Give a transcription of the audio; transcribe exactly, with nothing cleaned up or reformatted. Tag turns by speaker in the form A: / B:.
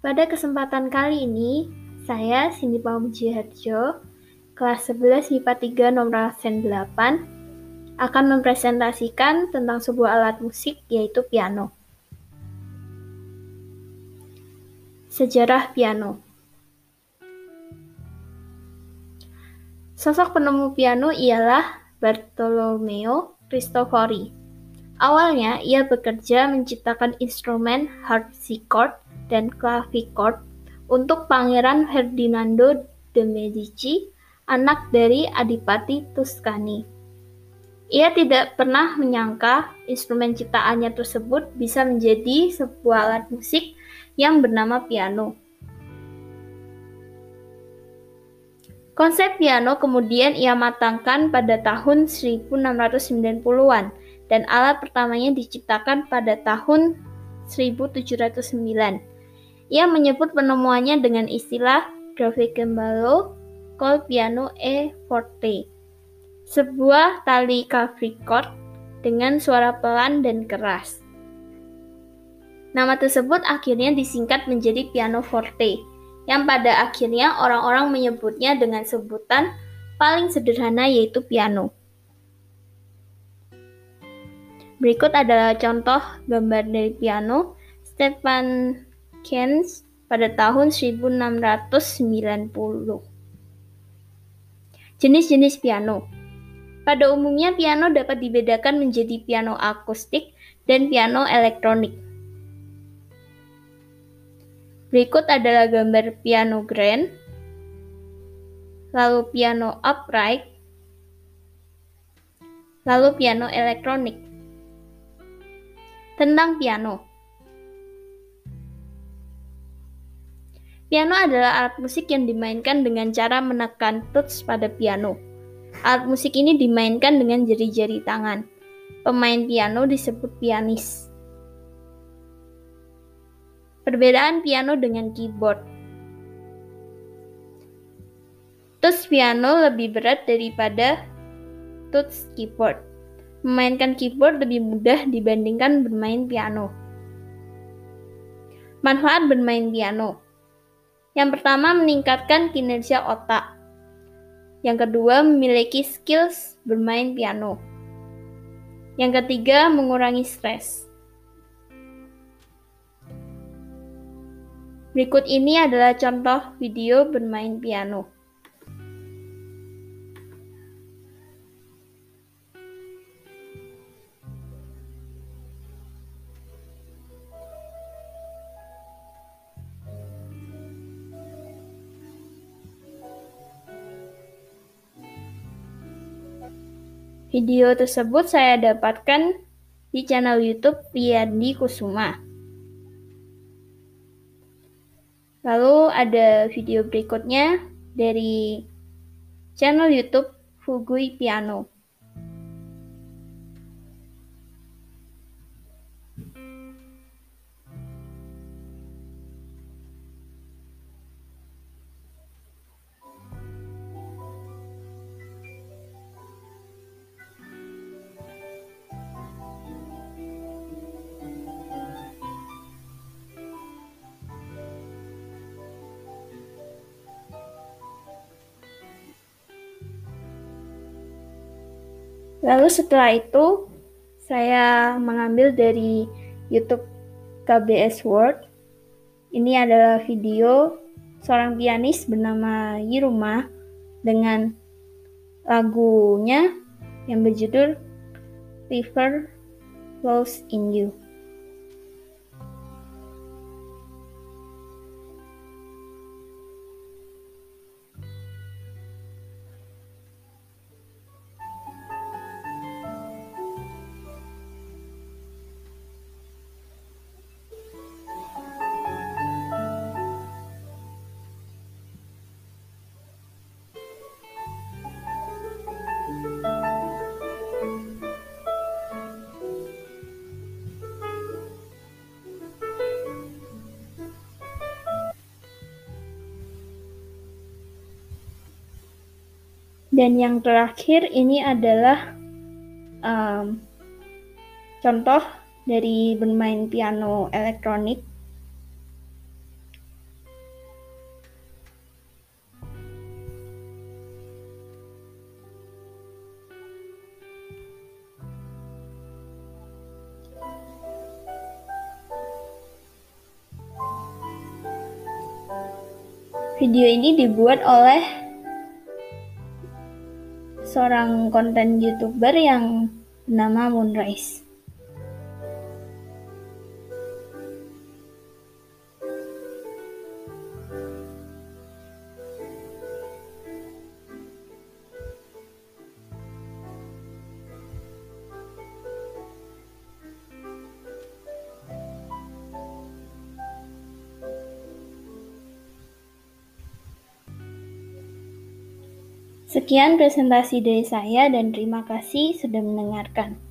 A: Pada kesempatan kali ini, saya Cindy Pamujiharjo, kelas sebelas I P A tiga nomor absen delapan, akan mempresentasikan tentang sebuah alat musik yaitu piano. Sejarah piano. Sosok penemu piano ialah Bartolomeo Cristofori. Awalnya, ia bekerja menciptakan instrumen harpsichord dan clavichord untuk Pangeran Ferdinando de Medici, anak dari Adipati Tuscany. Ia tidak pernah menyangka instrumen ciptaannya tersebut bisa menjadi sebuah alat musik yang bernama piano. Konsep piano kemudian ia matangkan pada tahun seribu enam ratus sembilan puluhan dan alat pertamanya diciptakan pada tahun seribu tujuh ratus sembilan. Ia menyebut penemuannya dengan istilah Gravecembalo col piano e forte, sebuah tali clavichord dengan suara pelan dan keras. Nama tersebut akhirnya disingkat menjadi piano forte, yang pada akhirnya orang-orang menyebutnya dengan sebutan paling sederhana yaitu piano. Berikut adalah contoh gambar dari piano Stefan Kenz pada tahun seribu enam ratus sembilan puluh. Jenis-jenis piano. Pada umumnya piano dapat dibedakan menjadi piano akustik dan piano elektronik. Berikut adalah gambar piano grand, lalu piano upright, lalu piano elektronik. Tentang piano. Piano adalah alat musik yang dimainkan dengan cara menekan tuts pada piano. Alat musik ini dimainkan dengan jari-jari tangan. Pemain piano disebut pianis. Perbedaan piano dengan keyboard. Tuts piano lebih berat daripada tuts keyboard. Memainkan keyboard lebih mudah dibandingkan bermain piano. Manfaat bermain piano. Yang pertama, meningkatkan kinerja otak. Yang kedua, memiliki skills bermain piano. Yang ketiga, mengurangi stres. Berikut ini adalah contoh video bermain piano. Video tersebut saya dapatkan di channel YouTube Riyandi Kusuma. Lalu ada video berikutnya dari channel YouTube Fugui Piano. Lalu setelah itu, saya mengambil dari YouTube K B S World. Ini adalah video seorang pianis bernama Yiruma dengan lagunya yang berjudul River Flows in You. Dan yang terakhir ini adalah um, contoh dari bermain piano elektronik. Video ini dibuat oleh seorang konten YouTuber yang bernama Moonrise. Sekian presentasi dari saya dan terima kasih sudah mendengarkan.